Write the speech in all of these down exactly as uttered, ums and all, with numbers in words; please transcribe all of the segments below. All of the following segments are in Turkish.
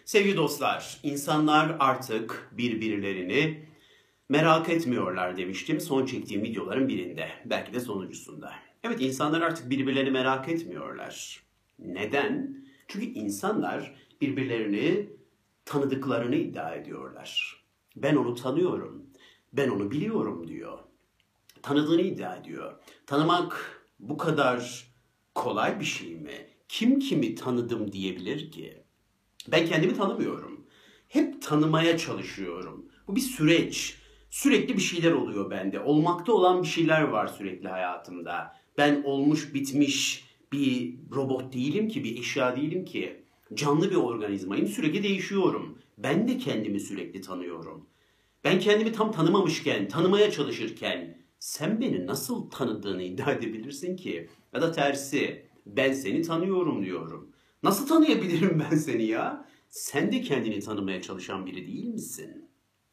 Sevgili dostlar, insanlar artık birbirlerini merak etmiyorlar demiştim son çektiğim videoların birinde. Belki de sonuncusunda. Evet, insanlar artık birbirlerini merak etmiyorlar. Neden? Çünkü insanlar birbirlerini tanıdıklarını iddia ediyorlar. Ben onu tanıyorum, ben onu biliyorum diyor. Tanıdığını iddia ediyor. Tanımak bu kadar kolay bir şey mi? Kim kimi tanıdım diyebilir ki? Ben kendimi tanımıyorum. Hep tanımaya çalışıyorum. Bu bir süreç. Sürekli bir şeyler oluyor bende. Olmakta olan bir şeyler var sürekli hayatımda. Ben olmuş bitmiş bir robot değilim ki, bir eşya değilim ki. Canlı bir organizmayım. Sürekli değişiyorum. Ben de kendimi sürekli tanıyorum. Ben kendimi tam tanımamışken, tanımaya çalışırken sen beni nasıl tanıdığını iddia edebilirsin ki? Ya da tersi, ben seni tanıyorum diyorum. Nasıl tanıyabilirim ben seni ya? Sen de kendini tanımaya çalışan biri değil misin?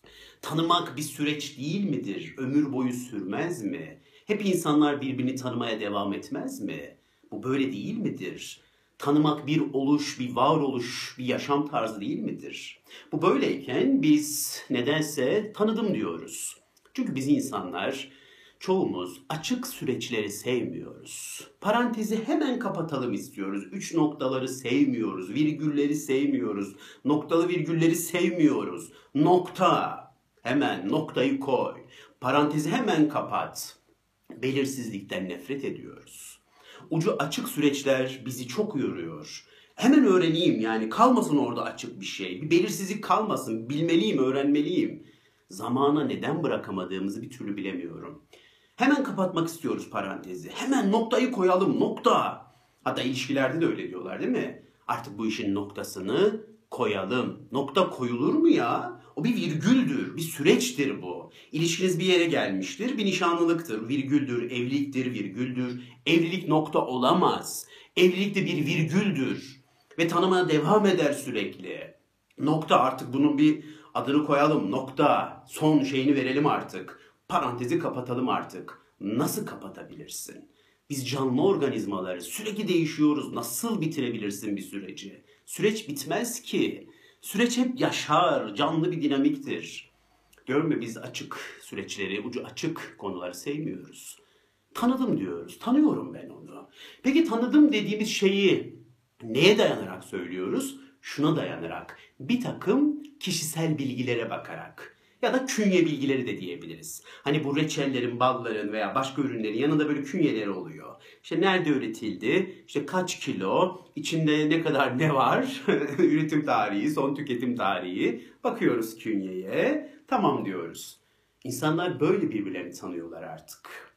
Tanımak bir süreç değil midir? Ömür boyu sürmez mi? Hep insanlar birbirini tanımaya devam etmez mi? Bu böyle değil midir? Tanımak bir oluş, bir varoluş, bir yaşam tarzı değil midir? Bu böyleyken biz nedense tanıdım diyoruz. Çünkü biz insanlar çoğumuz açık süreçleri sevmiyoruz. Parantezi hemen kapatalım istiyoruz. Üç noktaları sevmiyoruz, virgülleri sevmiyoruz, noktalı virgülleri sevmiyoruz. Nokta. Hemen noktayı koy. Parantezi hemen kapat. Belirsizlikten nefret ediyoruz. Ucu açık süreçler bizi çok yoruyor. Hemen öğreneyim, yani kalmasın orada açık bir şey. Bir belirsizlik kalmasın. Bilmeliyim, öğrenmeliyim. Zamana neden bırakamadığımızı bir türlü bilemiyorum. Hemen kapatmak istiyoruz parantezi. Hemen noktayı koyalım, nokta. Hatta ilişkilerde de öyle diyorlar değil mi? Artık bu işin noktasını koyalım. Nokta koyulur mu ya? O bir virgüldür, bir süreçtir bu. İlişkiniz bir yere gelmiştir, bir nişanlılıktır, virgüldür, evliliktir, virgüldür. Evlilik nokta olamaz. Evlilik de bir virgüldür. Ve tanımaya devam eder sürekli. Nokta, artık bunun bir adını koyalım, nokta. Son şeyini verelim artık. Parantezi kapatalım artık. Nasıl kapatabilirsin? Biz canlı organizmaları sürekli değişiyoruz. Nasıl bitirebilirsin bir süreci? Süreç bitmez ki. Süreç hep yaşar, canlı bir dinamiktir. Görme, biz açık süreçleri, ucu açık konuları sevmiyoruz. Tanıdım diyoruz. Tanıyorum ben onu. Peki tanıdım dediğimiz şeyi neye dayanarak söylüyoruz? Şuna dayanarak. Bir takım kişisel bilgilere bakarak. Ya da künye bilgileri de diyebiliriz. Hani bu reçellerin, balların veya başka ürünlerin yanında böyle künyeleri oluyor. İşte nerede üretildi, işte kaç kilo, içinde ne kadar ne var, üretim tarihi, son tüketim tarihi. Bakıyoruz künyeye, tamam diyoruz. İnsanlar böyle birbirlerini tanıyorlar artık.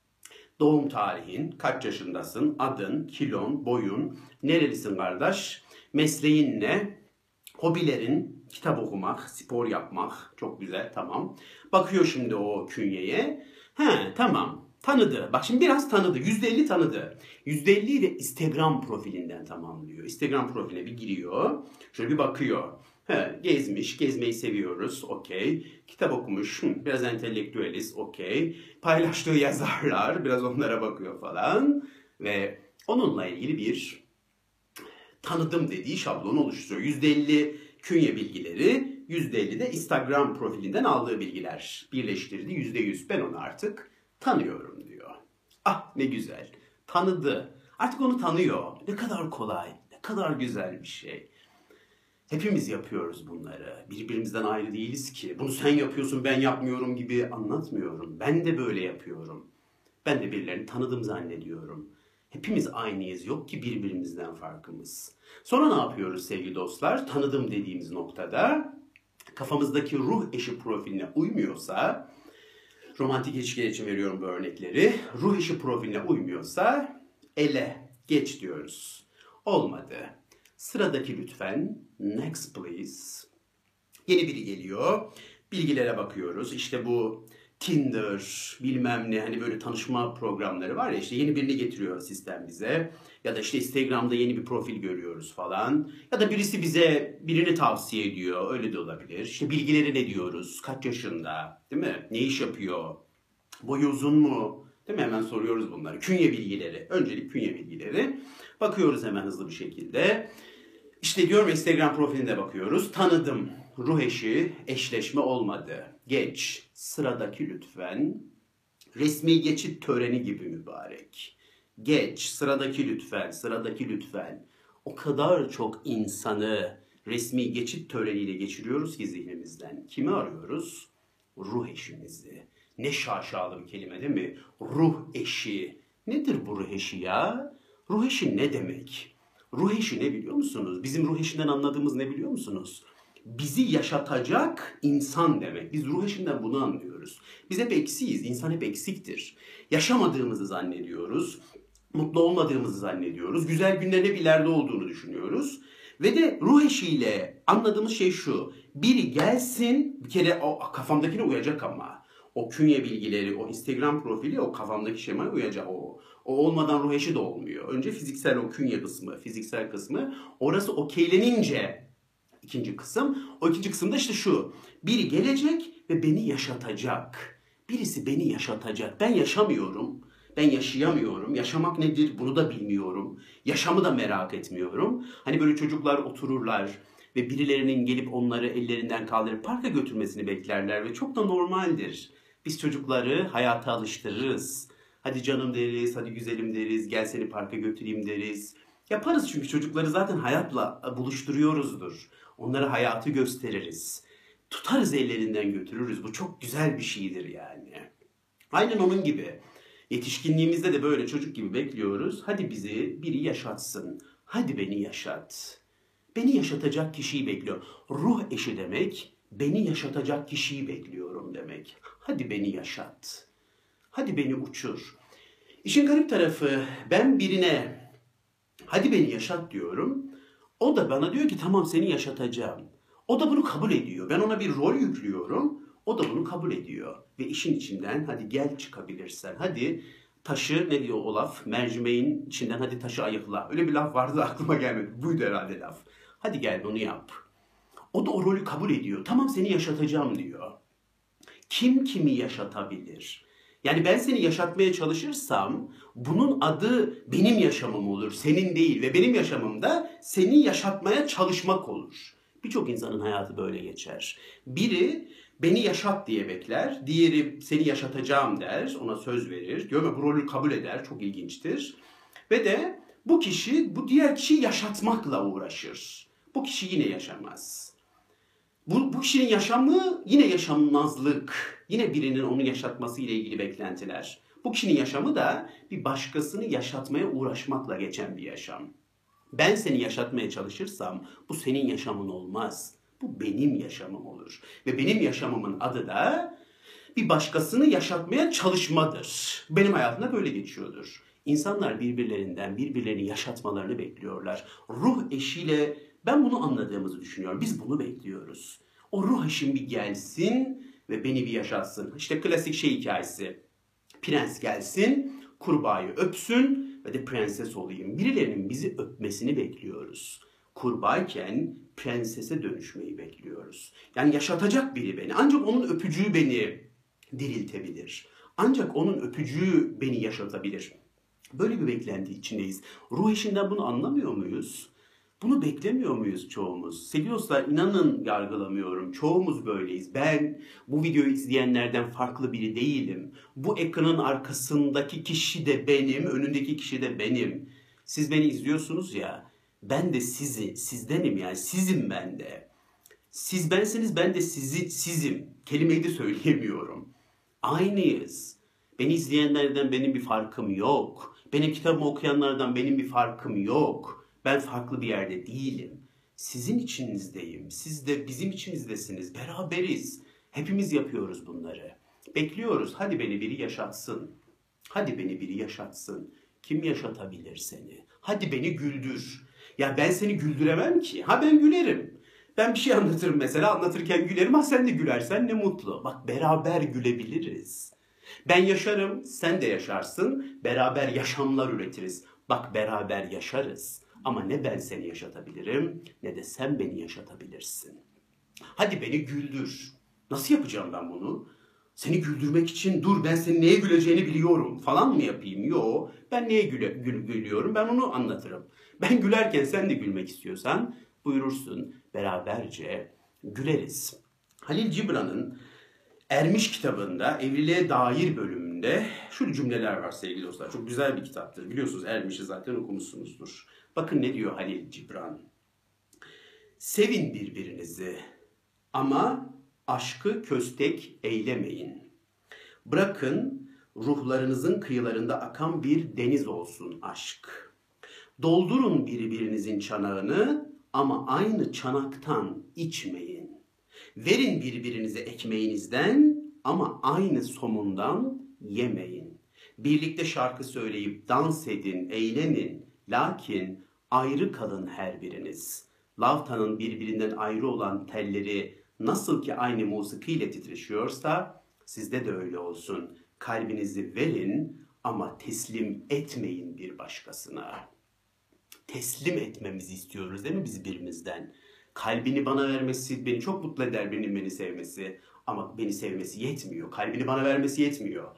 Doğum tarihin, kaç yaşındasın, adın, kilon, boyun, nerelisin kardeş, mesleğin ne, hobilerin, kitap okumak, spor yapmak, çok güzel, tamam. Bakıyor şimdi o künyeye, he tamam, tanıdı. Bak şimdi biraz tanıdı, yüzde elli tanıdı. yüzde elliyi de Instagram profilinden tamamlıyor. Instagram profiline bir giriyor, şöyle bir bakıyor. He, gezmiş, gezmeyi seviyoruz, okey. Kitap okumuş, hı, biraz entelektüeliz, okey. Paylaştığı yazarlar, biraz onlara bakıyor falan. Ve onunla ilgili bir tanıdım dediği şablon oluşturuyor. yüzde elli künye bilgileri, yüzde elli de Instagram profilinden aldığı bilgiler birleştirdi. yüzde yüz ben onu artık tanıyorum diyor. Ah ne güzel, tanıdı. Artık onu tanıyor. Ne kadar kolay, ne kadar güzel bir şey. Hepimiz yapıyoruz bunları. Birbirimizden ayrı değiliz ki. Bunu sen yapıyorsun, ben yapmıyorum gibi anlatmıyorum. Ben de böyle yapıyorum. Ben de birilerini tanıdım zannediyorum. Hepimiz aynıyız. Yok ki birbirimizden farkımız. Sonra ne yapıyoruz sevgili dostlar? Tanıdım dediğimiz noktada kafamızdaki ruh eşi profiline uymuyorsa, romantik ilişkiler için veriyorum bu örnekleri, ruh eşi profiline uymuyorsa ele, geç diyoruz. Olmadı. Sıradaki lütfen. Next please. Yeni biri geliyor. Bilgilere bakıyoruz. İşte bu Tinder, bilmem ne, hani böyle tanışma programları var ya, işte yeni birini getiriyor sistem bize. Ya da işte Instagram'da yeni bir profil görüyoruz falan. Ya da birisi bize birini tavsiye ediyor. Öyle de olabilir. İşte bilgileri ne diyoruz? Kaç yaşında? Değil mi? Ne iş yapıyor? Boyu uzun mu? Değil mi? Hemen soruyoruz bunları. Künye bilgileri. Öncelik künye bilgileri. Bakıyoruz hemen hızlı bir şekilde. İşte diyorum, Instagram profiline bakıyoruz. Tanıdım. Ruh eşi, eşleşme olmadı. Geç. Sıradaki lütfen. Resmi geçit töreni gibi mübarek. Geç. Sıradaki lütfen. Sıradaki lütfen. O kadar çok insanı resmi geçit töreniyle geçiriyoruz ki zihnimizden. Kimi arıyoruz? Ruh eşimizi. Ne şaşalı bir kelime değil mi? Ruh eşi. Nedir bu ruh eşi ya? Ruh eşi ne demek? Ruh eşi ne biliyor musunuz? Bizim ruh eşinden anladığımız ne biliyor musunuz? Bizi yaşatacak insan demek. Biz ruh eşinden bunu anlıyoruz. Biz hep eksiyiz. İnsan hep eksiktir. Yaşamadığımızı zannediyoruz. Mutlu olmadığımızı zannediyoruz. Güzel günlerin hep ileride olduğunu düşünüyoruz. Ve de ruh eşiyle anladığımız şey şu. Biri gelsin, bir kere o kafamdakine uyacak ama. O künye bilgileri, o Instagram profili, o kafamdaki şemaya uyacak o. O olmadan ruh eşi de olmuyor. Önce fiziksel o künye kısmı, fiziksel kısmı. Orası okeylenince ikinci kısım. O ikinci kısımda işte şu. Biri gelecek ve beni yaşatacak. Birisi beni yaşatacak. Ben yaşamıyorum. Ben yaşayamıyorum. Yaşamak nedir bunu da bilmiyorum. Yaşamı da merak etmiyorum. Hani böyle çocuklar otururlar ve birilerinin gelip onları ellerinden kaldırıp parka götürmesini beklerler ve çok da normaldir. Biz çocukları hayata alıştırırız. Hadi canım deriz, hadi güzelim deriz, gel seni parka götüreyim deriz. Yaparız çünkü çocukları zaten hayatla buluşturuyoruzdur. Onlara hayatı gösteririz. Tutarız ellerinden götürürüz. Bu çok güzel bir şeydir yani. Aynen onun gibi. Yetişkinliğimizde de böyle çocuk gibi bekliyoruz. Hadi bizi biri yaşatsın. Hadi beni yaşat. Beni yaşatacak kişiyi bekliyor. Ruh eşi demek, beni yaşatacak kişiyi bekliyorum demek. Hadi beni yaşat. Hadi beni uçur. İşin garip tarafı, ben birine hadi beni yaşat diyorum. O da bana diyor ki tamam seni yaşatacağım. O da bunu kabul ediyor. Ben ona bir rol yüklüyorum. O da bunu kabul ediyor. Ve işin içinden hadi gel çıkabilirsen. Hadi taşı, ne diyor o laf? Mercimeğin içinden hadi taşı ayıkla. Öyle bir laf vardı da aklıma gelmedi. Buydu herhalde laf. Hadi gel bunu yap. O da o rolü kabul ediyor. Tamam seni yaşatacağım diyor. Kim kimi yaşatabilir? Yani ben seni yaşatmaya çalışırsam bunun adı benim yaşamım olur, senin değil. Ve benim yaşamım da seni yaşatmaya çalışmak olur. Birçok insanın hayatı böyle geçer. Biri beni yaşat diye bekler, diğeri seni yaşatacağım der, ona söz verir. Diyor mu bu rolü kabul eder, çok ilginçtir. Ve de bu kişi bu diğer kişiyi yaşatmakla uğraşır. Bu kişi yine yaşamaz. Bu, bu kişinin yaşamı yine yaşanmazlık. Yine birinin onu yaşatması ile ilgili beklentiler. Bu kişinin yaşamı da bir başkasını yaşatmaya uğraşmakla geçen bir yaşam. Ben seni yaşatmaya çalışırsam bu senin yaşamın olmaz. Bu benim yaşamım olur. Ve benim yaşamımın adı da bir başkasını yaşatmaya çalışmadır. Benim hayatımda böyle geçiyordur. İnsanlar birbirlerinden birbirlerini yaşatmalarını bekliyorlar. Ruh eşiyle ben bunu anladığımızı düşünüyorum. Biz bunu bekliyoruz. O ruh eşim bir gelsin ve beni bir yaşatsın. İşte klasik şey hikayesi. Prens gelsin, kurbağayı öpsün ve de prenses olayım. Birilerinin bizi öpmesini bekliyoruz. Kurbağayken prensese dönüşmeyi bekliyoruz. Yani yaşatacak biri beni. Ancak onun öpücüğü beni diriltebilir. Ancak onun öpücüğü beni yaşatabilir. Böyle bir beklenti içindeyiz. Ruh eşinden bunu anlamıyor muyuz? Bunu beklemiyor muyuz çoğumuz? Sevgili dostlar, inanın yargılamıyorum. Çoğumuz böyleyiz. Ben bu videoyu izleyenlerden farklı biri değilim. Bu ekranın arkasındaki kişi de benim, önündeki kişi de benim. Siz beni izliyorsunuz ya, ben de sizi, sizdenim yani, sizim ben de. Siz bensiniz, ben de sizi, sizim. Kelimeyi de söyleyemiyorum. Aynıyız. Beni izleyenlerden benim bir farkım yok. Benim kitabımı okuyanlardan benim bir farkım yok. Ben farklı bir yerde değilim. Sizin içinizdeyim. Siz de bizim içimizdesiniz. Beraberiz. Hepimiz yapıyoruz bunları. Bekliyoruz. Hadi beni biri yaşatsın. Hadi beni biri yaşatsın. Kim yaşatabilir seni? Hadi beni güldür. Ya ben seni güldüremem ki. Ha ben gülerim. Ben bir şey anlatırım mesela. Anlatırken gülerim. Ha sen de gülersen ne mutlu. Bak beraber gülebiliriz. Ben yaşarım. Sen de yaşarsın. Beraber yaşamlar üretiriz. Bak beraber yaşarız. Ama ne ben seni yaşatabilirim ne de sen beni yaşatabilirsin. Hadi beni güldür. Nasıl yapacağım ben bunu? Seni güldürmek için dur ben senin neye güleceğini biliyorum falan mı yapayım? Yo, ben neye güle, gül, gülüyorum ben onu anlatırım. Ben gülerken sen de gülmek istiyorsan Buyurursun, beraberce güleriz. Halil Cibran'ın Ermiş kitabında evliliğe dair bölümünde şu cümleler var sevgili dostlar. Çok güzel bir kitaptır. Biliyorsunuz Ermiş'i zaten okumuşsunuzdur. Bakın ne diyor Halil Cibran. Sevin birbirinizi ama aşkı köstek eylemeyin. Bırakın ruhlarınızın kıyılarında akan bir deniz olsun aşk. Doldurun birbirinizin çanağını ama aynı çanaktan içmeyin. Verin birbirinize ekmeğinizden ama aynı somundan yemeyin. Birlikte şarkı söyleyip dans edin, eğlenin. Lakin ayrı kalın her biriniz. Lavtanın birbirinden ayrı olan telleri nasıl ki aynı musikiyle titreşiyorsa sizde de öyle olsun. Kalbinizi verin ama teslim etmeyin bir başkasına. Teslim etmemizi istiyoruz değil mi biz birimizden? Kalbini bana vermesi beni çok mutlu eder, birinin beni sevmesi. Ama beni sevmesi yetmiyor. Kalbini bana vermesi yetmiyor.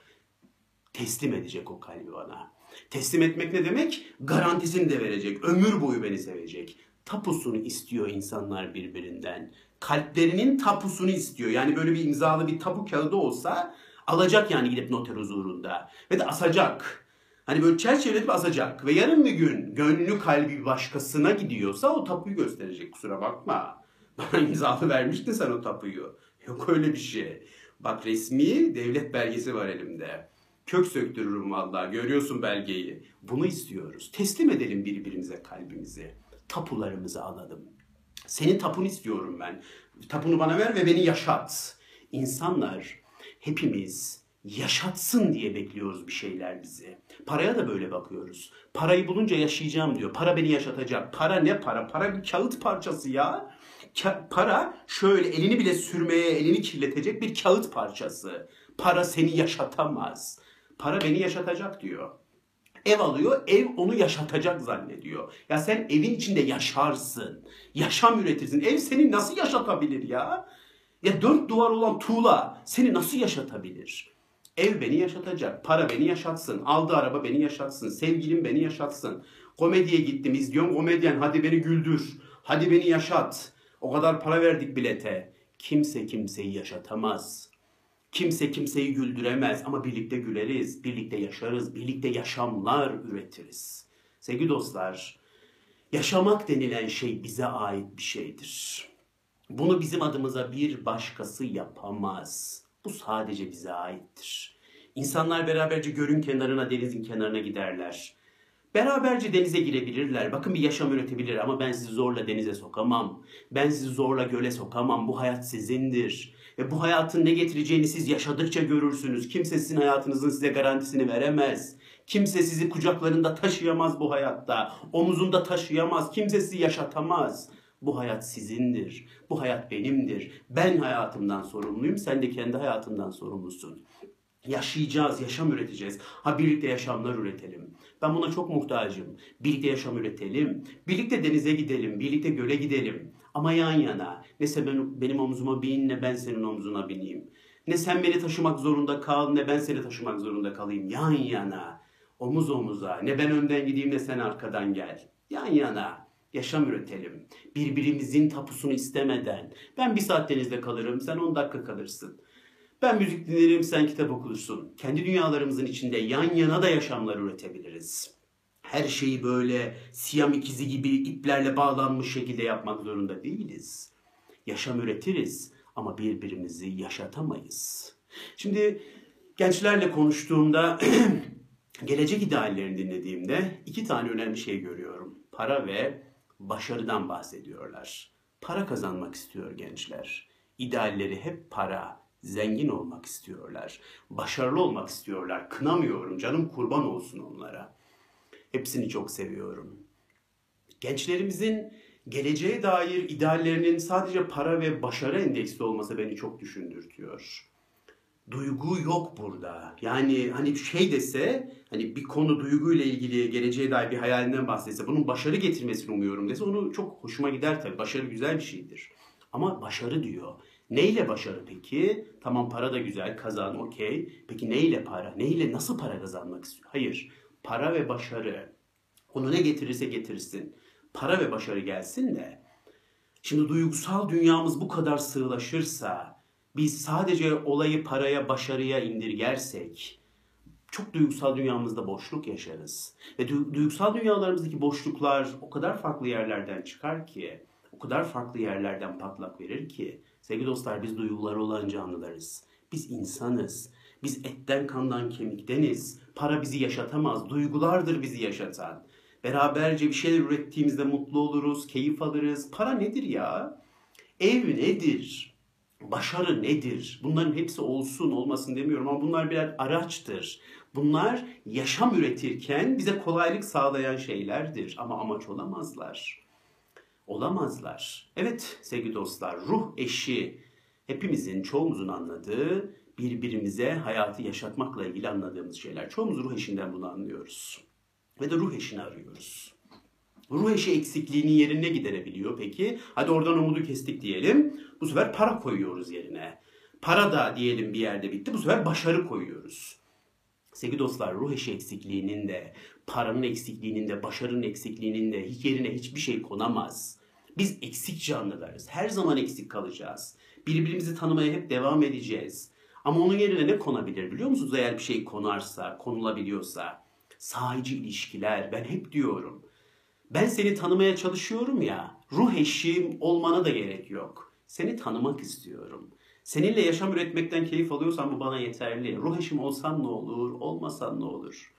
Teslim edecek o kalbi bana. Teslim etmek ne demek? Garantisini de verecek. Ömür boyu beni sevecek. Tapusunu istiyor insanlar birbirinden. Kalplerinin tapusunu istiyor. Yani böyle bir imzalı bir tapu kağıdı olsa alacak yani gidip noter huzurunda. Ve de asacak. Hani böyle çerçeveletip asacak. Ve yarın bir gün gönlü kalbi başkasına gidiyorsa o tapuyu gösterecek. Kusura bakma. Bana imzalı vermiştin sen o tapuyu. Yok öyle bir şey. Bak resmi devlet belgesi var elimde. Kök söktürürüm vallahi. Görüyorsun belgeyi. Bunu istiyoruz. Teslim edelim birbirimize kalbimizi. Tapularımızı alalım. Senin tapunu istiyorum ben. Tapunu bana ver ve beni yaşat. İnsanlar hepimiz yaşatsın diye bekliyoruz bir şeyler bizi. Paraya da böyle bakıyoruz. Parayı bulunca yaşayacağım diyor. Para beni yaşatacak. Para ne para? Para bir kağıt parçası ya. Ka- para şöyle elini bile sürmeye, elini kirletecek bir kağıt parçası. Para seni yaşatamaz. Para beni yaşatacak diyor. Ev alıyor, ev onu yaşatacak zannediyor. Ya sen evin içinde yaşarsın. Yaşam üretirsin. Ev seni nasıl yaşatabilir ya? Ya dört duvar olan tuğla seni nasıl yaşatabilir? Ev beni yaşatacak, para beni yaşatsın, aldığı araba beni yaşatsın, sevgilim beni yaşatsın. Komediye gittim, izliyorum komedyen, hadi beni güldür, hadi beni yaşat. O kadar para verdik bilete. Kimse kimseyi yaşatamaz. Kimse kimseyi güldüremez ama birlikte güleriz, birlikte yaşarız, birlikte yaşamlar üretiriz. Sevgili dostlar, yaşamak denilen şey bize ait bir şeydir. Bunu bizim adımıza bir başkası yapamaz. Bu sadece bize aittir. İnsanlar beraberce gölün kenarına, denizin kenarına giderler. Beraberce denize girebilirler. Bakın bir yaşam üretebilir ama ben sizi zorla denize sokamam. Ben sizi zorla göle sokamam. Bu hayat sizindir. Ve bu hayatın ne getireceğini siz yaşadıkça görürsünüz. Kimse sizin hayatınızın size garantisini veremez. Kimse sizi kucaklarında taşıyamaz bu hayatta. Omuzunda taşıyamaz. Kimse sizi yaşatamaz. Bu hayat sizindir. Bu hayat benimdir. Ben hayatımdan sorumluyum. Sen de kendi hayatından sorumlusun. Yaşayacağız, yaşam üreteceğiz. Ha birlikte yaşamlar üretelim. Ben buna çok muhtacım. Birlikte yaşam üretelim. Birlikte denize gidelim. Birlikte göle gidelim. Ama yan yana. Ne sen ben, benim omzuma bin ne ben senin omzuna bineyim. Ne sen beni taşımak zorunda kal ne ben seni taşımak zorunda kalayım. Yan yana. Omuz omuza. Ne ben önden gideyim ne sen arkadan gel. Yan yana. Yaşam üretelim. Birbirimizin tapusunu istemeden. Ben bir saat denizde kalırım, sen on dakika kalırsın. Ben müzik dinlerim, sen kitap okursun. Kendi dünyalarımızın içinde yan yana da yaşamlar üretebiliriz. Her şeyi böyle Siyam ikizi gibi iplerle bağlanmış şekilde yapmak zorunda değiliz. Yaşam üretiriz ama birbirimizi yaşatamayız. Şimdi gençlerle konuştuğumda, gelecek ideallerini dinlediğimde iki tane önemli şey görüyorum. Para ve başarıdan bahsediyorlar. Para kazanmak istiyor gençler. İdealleri hep para, zengin olmak istiyorlar. Başarılı olmak istiyorlar. Kınamıyorum, canım kurban olsun onlara. Hepsini çok seviyorum. Gençlerimizin geleceğe dair ideallerinin sadece para ve başarı endeksli olması beni çok düşündürtüyor. Duygu yok burada. Yani hani şey dese, hani bir konu duyguyla ilgili geleceğe dair bir hayalinden bahsetse, bunun başarı getirmesini umuyorum dese, onu çok hoşuma gider tabii. Başarı güzel bir şeydir. Ama başarı diyor. Neyle başarı peki? Tamam para da güzel, kazan, okey. Peki neyle para? Neyle, nasıl para kazanmak istiyor? Hayır. Para ve başarı. Onu ne getirirse getirsin. Para ve başarı gelsin de Şimdi duygusal dünyamız bu kadar sığlaşırsa, biz sadece olayı paraya, başarıya indirgersek, çok duygusal dünyamızda boşluk yaşarız. Ve du- duygusal dünyalarımızdaki boşluklar o kadar farklı yerlerden çıkar ki, o kadar farklı yerlerden patlak verir ki, sevgili dostlar, biz duyguları olan canlılarız. Biz insanız. Biz etten, kandan, kemikteniz. Para bizi yaşatamaz. Duygulardır bizi yaşatan. Beraberce bir şeyler ürettiğimizde mutlu oluruz, keyif alırız. Para nedir ya? Ev nedir? Başarı nedir? Bunların hepsi olsun olmasın demiyorum ama bunlar birer araçtır. Bunlar yaşam üretirken bize kolaylık sağlayan şeylerdir ama amaç olamazlar. Olamazlar. Evet sevgili dostlar, ruh eşi hepimizin, çoğumuzun anladığı, birbirimize hayatı yaşatmakla ilgili anladığımız şeyler. Çoğumuz ruh eşinden bunu anlıyoruz. Ve de ruh eşini arıyoruz. Ruh eşi eksikliğinin yerine giderebiliyor peki. Hadi oradan umudu kestik diyelim. Bu sefer para koyuyoruz yerine. Para da diyelim bir yerde bitti. Bu sefer başarı koyuyoruz. Sevgili dostlar, ruh eşi eksikliğinin de, paranın eksikliğinin de, başarının eksikliğinin de hiç yerine hiçbir şey konamaz. Biz eksik canlılarız. Her zaman eksik kalacağız. Birbirimizi tanımaya hep devam edeceğiz. Ama onun yerine ne konabilir biliyor musunuz? Eğer bir şey konarsa, konulabiliyorsa. Sahici ilişkiler. Ben hep diyorum. Ben seni tanımaya çalışıyorum ya, ruh eşim olmana da gerek yok. Seni tanımak istiyorum. Seninle yaşam üretmekten keyif alıyorsan bu bana yeterli. Ruh eşim olsan ne olur, olmasan ne olur?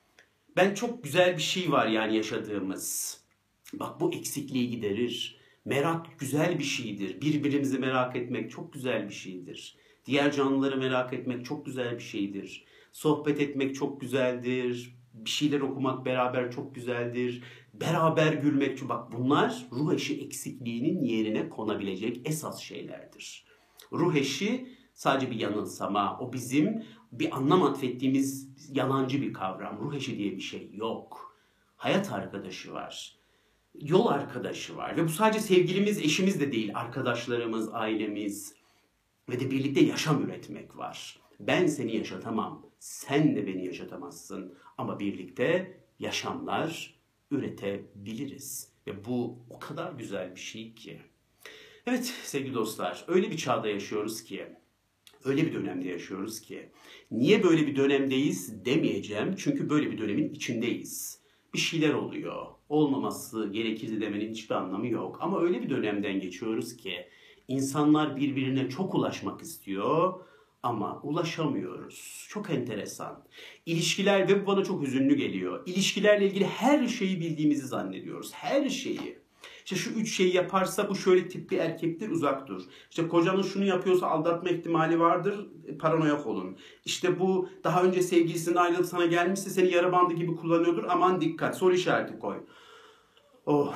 Ben çok güzel bir şey var yani yaşadığımız. Bak bu eksikliği giderir. Merak güzel bir şeydir. Birbirimizi merak etmek çok güzel bir şeydir. Diğer canlıları merak etmek çok güzel bir şeydir. Sohbet etmek çok güzeldir. Bir şeyler okumak beraber çok güzeldir. Beraber gülmek. Bak bunlar ruh eşi eksikliğinin yerine konabilecek esas şeylerdir. Ruh eşi sadece bir yanılsama. O bizim bir anlam atfettiğimiz yalancı bir kavram. Ruh eşi diye bir şey yok. Hayat arkadaşı var. Yol arkadaşı var. Ve bu sadece sevgilimiz, eşimiz de değil. Arkadaşlarımız, ailemiz ve de birlikte yaşam üretmek var. Ben seni yaşatamam. Sen de beni yaşatamazsın. Ama birlikte yaşamlar üretebiliriz. Ve bu o kadar güzel bir şey ki. Evet sevgili dostlar, öyle bir çağda yaşıyoruz ki, öyle bir dönemde yaşıyoruz ki, niye böyle bir dönemdeyiz demeyeceğim çünkü böyle bir dönemin içindeyiz. Bir şeyler oluyor, olmaması gerekirdi demenin hiçbir anlamı yok. Ama öyle bir dönemden geçiyoruz ki, insanlar birbirine çok ulaşmak istiyor ama ulaşamıyoruz. Çok enteresan. İlişkiler ve bu bana çok hüzünlü geliyor. İlişkilerle ilgili her şeyi bildiğimizi zannediyoruz. Her şeyi. İşte şu üç şeyi yaparsa bu şöyle tip bir erkektir, uzak dur. İşte kocanın şunu yapıyorsa aldatma ihtimali vardır, paranoyak olun. İşte bu daha önce sevgilisinden ayrılıp sana gelmişse seni yara bandı gibi kullanıyordur, aman dikkat, soru işareti koy. Oh,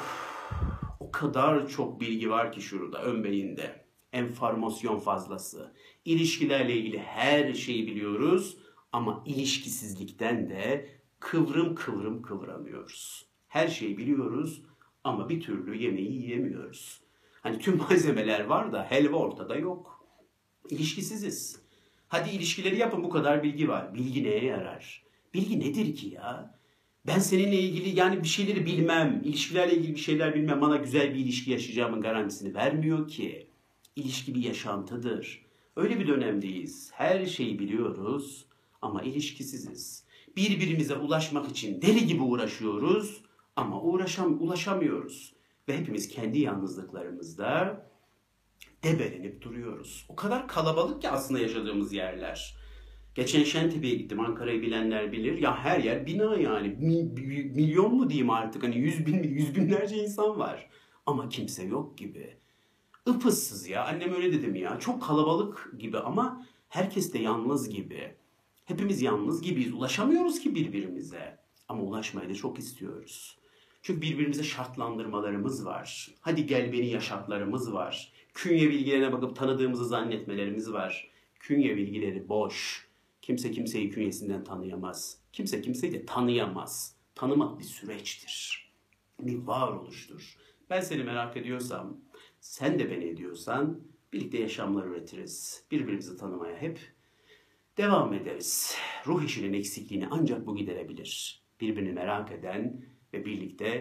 o kadar çok bilgi var ki şurada, ön beyinde. Enformasyon fazlası. İlişkilerle ilgili her şeyi biliyoruz ama ilişkisizlikten de kıvrım kıvrım kıvranıyoruz. Her şeyi biliyoruz ama bir türlü yemeği yiyemiyoruz. Hani tüm malzemeler var da helva ortada yok. İlişkisiziz. Hadi ilişkileri yapın, bu kadar bilgi var. Bilgi neye yarar? Bilgi nedir ki ya? Ben seninle ilgili yani bir şeyleri bilmem, ilişkilerle ilgili bir şeyler bilmem bana güzel bir ilişki yaşayacağımın garantisini vermiyor ki. İlişki bir yaşantıdır. Öyle bir dönemdeyiz. Her şeyi biliyoruz ama ilişkisiziz. Birbirimize ulaşmak için deli gibi uğraşıyoruz ama uğraşam ulaşamıyoruz. Ve hepimiz kendi yalnızlıklarımızda debelenip duruyoruz. O kadar kalabalık ki aslında yaşadığımız yerler. Geçen Şentepe'ye gittim. Ankara'yı bilenler bilir. Ya her yer bina yani. Mi- milyon mu diyeyim artık? Hani yüz bin, yüz binlerce insan var. Ama kimse yok gibi. Ipıssız ya. Annem öyle dedim ya. Çok kalabalık gibi ama herkes de yalnız gibi. Hepimiz yalnız gibiyiz. Ulaşamıyoruz ki birbirimize. Ama ulaşmayı da çok istiyoruz. Çünkü birbirimize şartlandırmalarımız var. Hadi gel beni yaşatlarımız var. Künye bilgilerine bakıp tanıdığımızı zannetmelerimiz var. Künye bilgileri boş. Kimse kimseyi künyesinden tanıyamaz. Kimse kimseyi de tanıyamaz. Tanımak bir süreçtir. Bir varoluştur. Ben seni merak ediyorsam, sen de beni ediyorsan birlikte yaşamlar üretiriz. Birbirimizi tanımaya hep devam ederiz. Ruh eşinin eksikliğini ancak bu giderebilir. Birbirini merak eden ve birlikte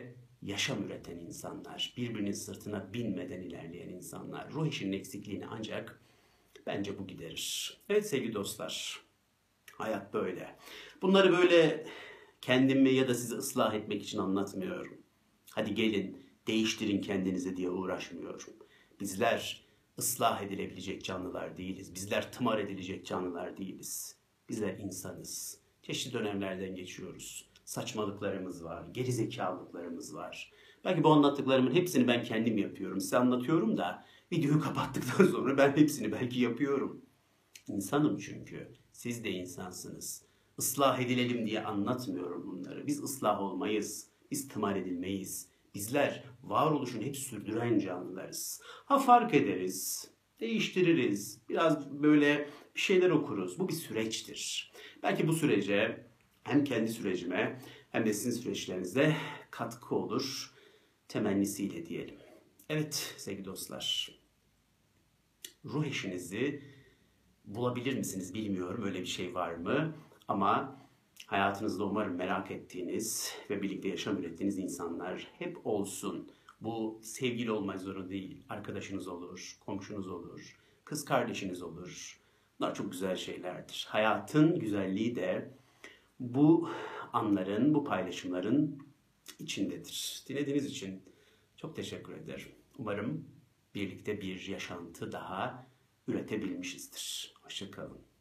yaşam üreten insanlar, birbirinin sırtına binmeden ilerleyen insanlar. Ruh eşinin eksikliğini ancak bence bu giderir. Evet sevgili dostlar, hayat böyle. Bunları böyle kendimi ya da sizi ıslah etmek için anlatmıyorum. Hadi gelin değiştirin kendinizi diye uğraşmıyorum. Bizler ıslah edilebilecek canlılar değiliz. Bizler tımar edilecek canlılar değiliz. Bizler insanız. Çeşitli dönemlerden geçiyoruz. Saçmalıklarımız var, gerizekalılıklarımız var. Belki bu anlattıklarımın hepsini ben kendim yapıyorum. Size anlatıyorum da videoyu kapattıktan sonra ben hepsini belki yapıyorum. İnsanım çünkü. Siz de insansınız. Islah edilelim diye anlatmıyorum bunları. Biz ıslah olmayız. Biz tımar edilmeyiz. Bizler varoluşunu hep sürdüren canlılarız. Ha fark ederiz, değiştiririz, biraz böyle bir şeyler okuruz. Bu bir süreçtir. Belki bu sürece hem kendi sürecime hem de sizin süreçlerinize katkı olur temennisiyle diyelim. Evet sevgili dostlar, ruh eşinizi bulabilir misiniz bilmiyorum, öyle bir şey var mı? Ama hayatınızda umarım merak ettiğiniz ve birlikte yaşam ürettiğiniz insanlar hep olsun. Bu sevgili olmak zorunda değil. Arkadaşınız olur, komşunuz olur, kız kardeşiniz olur. Bunlar çok güzel şeylerdir. Hayatın güzelliği de bu anların, bu paylaşımların içindedir. Dinlediğiniz için çok teşekkür ederim. Umarım birlikte bir yaşantı daha üretebilmişizdir. Hoşça kalın.